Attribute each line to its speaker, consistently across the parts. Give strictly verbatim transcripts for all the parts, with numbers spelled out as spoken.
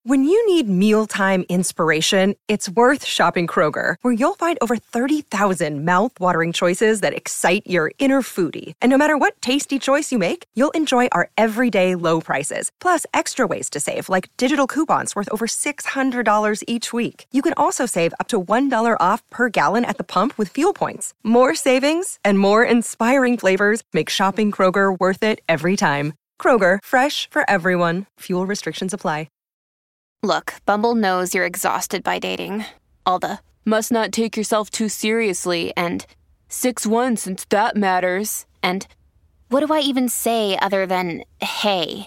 Speaker 1: When you need mealtime inspiration, it's worth shopping Kroger, where you'll find over thirty thousand mouth-watering choices that excite your inner foodie. And no matter what tasty choice you make, you'll enjoy our everyday low prices, plus extra ways to save, like digital coupons worth over six hundred dollars each week. You can also save up to one dollar off per gallon at the pump with fuel points. More savings and more inspiring flavors make shopping Kroger worth it every time. Kroger, fresh for everyone. Fuel restrictions apply.
Speaker 2: Look, Bumble knows you're exhausted by dating. All the, must not take yourself too seriously, and six one since that matters, and what do I even say other than, hey?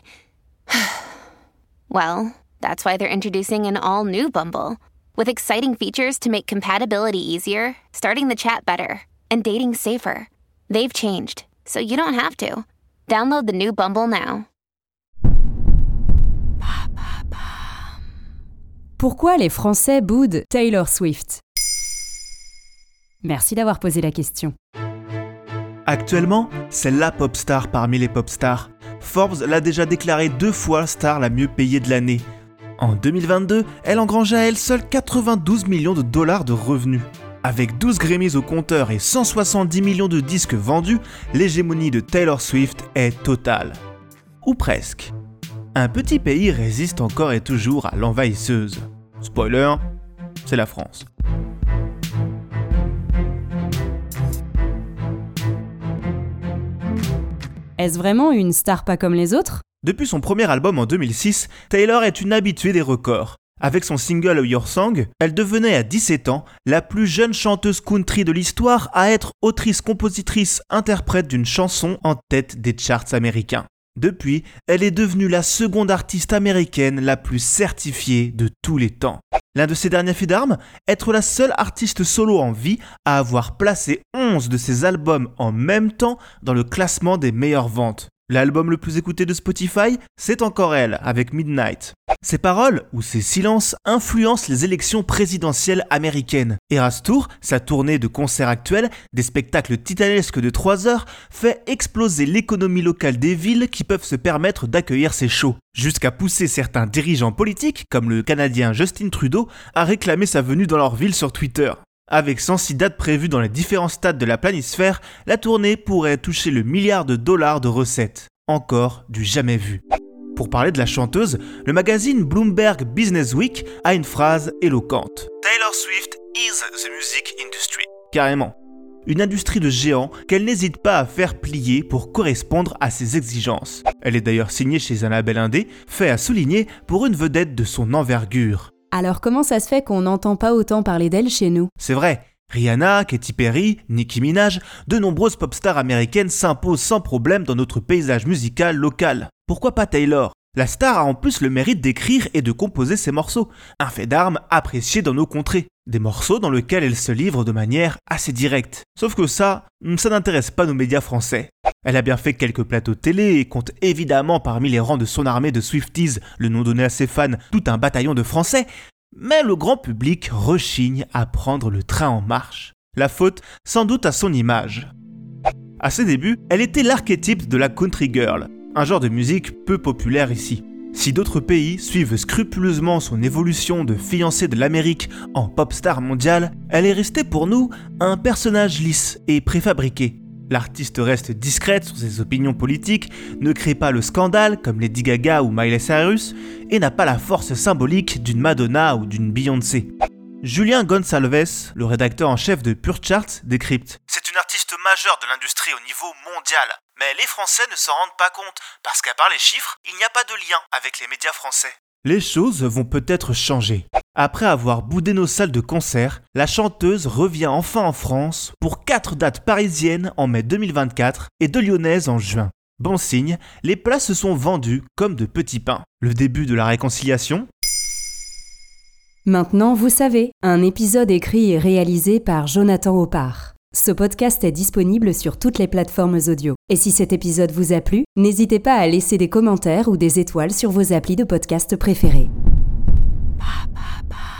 Speaker 2: Well, that's why they're introducing an all-new Bumble, with exciting features to make compatibility easier, starting the chat better, and dating safer. They've changed, so you don't have to. Download the new Bumble now.
Speaker 3: Pourquoi les Français boudent Taylor Swift ? Merci d'avoir posé la question.
Speaker 4: Actuellement, c'est la pop star parmi les pop stars. Forbes l'a déjà déclarée deux fois star la mieux payée de l'année. En deux mille vingt-deux, elle engrangeait à elle seule quatre-vingt-douze millions de dollars de revenus. Avec douze Grammys au compteur et cent soixante-dix millions de disques vendus, l'hégémonie de Taylor Swift est totale. Ou presque. Un petit pays résiste encore et toujours à l'envahisseuse. Spoiler, c'est la France.
Speaker 3: Est-ce vraiment une star pas comme les autres ?
Speaker 4: Depuis son premier album en deux mille six, Taylor est une habituée des records. Avec son single Your Song, elle devenait à dix-sept ans la plus jeune chanteuse country de l'histoire à être autrice-compositrice-interprète d'une chanson en tête des charts américains. Depuis, elle est devenue la seconde artiste américaine la plus certifiée de tous les temps. L'un de ses derniers faits d'armes, être la seule artiste solo en vie à avoir placé onze de ses albums en même temps dans le classement des meilleures ventes. L'album le plus écouté de Spotify, c'est encore elle, avec Midnight. Ses paroles, ou ses silences, influencent les élections présidentielles américaines. Eras Tour, sa tournée de concerts actuels, des spectacles titanesques de trois heures, fait exploser l'économie locale des villes qui peuvent se permettre d'accueillir ces shows. Jusqu'à pousser certains dirigeants politiques, comme le Canadien Justin Trudeau, à réclamer sa venue dans leur ville sur Twitter. Avec cent six dates prévues dans les différents stades de la planisphère, la tournée pourrait toucher le milliard de dollars de recettes. Encore du jamais vu. Pour parler de la chanteuse, le magazine Bloomberg Business Week a une phrase éloquente. Taylor Swift is the music industry. Carrément. Une industrie de géants qu'elle n'hésite pas à faire plier pour correspondre à ses exigences. Elle est d'ailleurs signée chez un label indé, fait à souligner pour une vedette de son envergure.
Speaker 3: Alors comment ça se fait qu'on n'entend pas autant parler d'elle chez nous ?
Speaker 4: C'est vrai, Rihanna, Katy Perry, Nicki Minaj, de nombreuses pop stars américaines s'imposent sans problème dans notre paysage musical local. Pourquoi pas Taylor ? La star a en plus le mérite d'écrire et de composer ses morceaux, un fait d'armes apprécié dans nos contrées. Des morceaux dans lesquels elle se livre de manière assez directe. Sauf que ça, ça n'intéresse pas nos médias français. Elle a bien fait quelques plateaux télé et compte évidemment parmi les rangs de son armée de Swifties, le nom donné à ses fans, tout un bataillon de Français, mais le grand public rechigne à prendre le train en marche. La faute, sans doute à son image. À ses débuts, elle était l'archétype de la country girl, un genre de musique peu populaire ici. Si d'autres pays suivent scrupuleusement son évolution de fiancée de l'Amérique en pop star mondiale, elle est restée pour nous un personnage lisse et préfabriqué. L'artiste reste discrète sur ses opinions politiques, ne crée pas le scandale comme Lady Gaga ou Miley Cyrus, et n'a pas la force symbolique d'une Madonna ou d'une Beyoncé. Julien Gonsalves, le rédacteur en chef de Pure Charts, décrypte. C'est une artiste majeure de l'industrie au niveau mondial, mais les Français ne s'en rendent pas compte, parce qu'à part les chiffres, il n'y a pas de lien avec les médias français. Les choses vont peut-être changer. Après avoir boudé nos salles de concert, la chanteuse revient enfin en France pour quatre dates parisiennes en mai deux mille vingt-quatre et deux lyonnaises en juin. Bon signe, les places se sont vendues comme de petits pains. Le début de la réconciliation ?
Speaker 3: Maintenant, vous savez, un épisode écrit et réalisé par Jonathan Oppard. Ce podcast est disponible sur toutes les plateformes audio. Et si cet épisode vous a plu, n'hésitez pas à laisser des commentaires ou des étoiles sur vos applis de podcast préférés. Ba, ba, ba.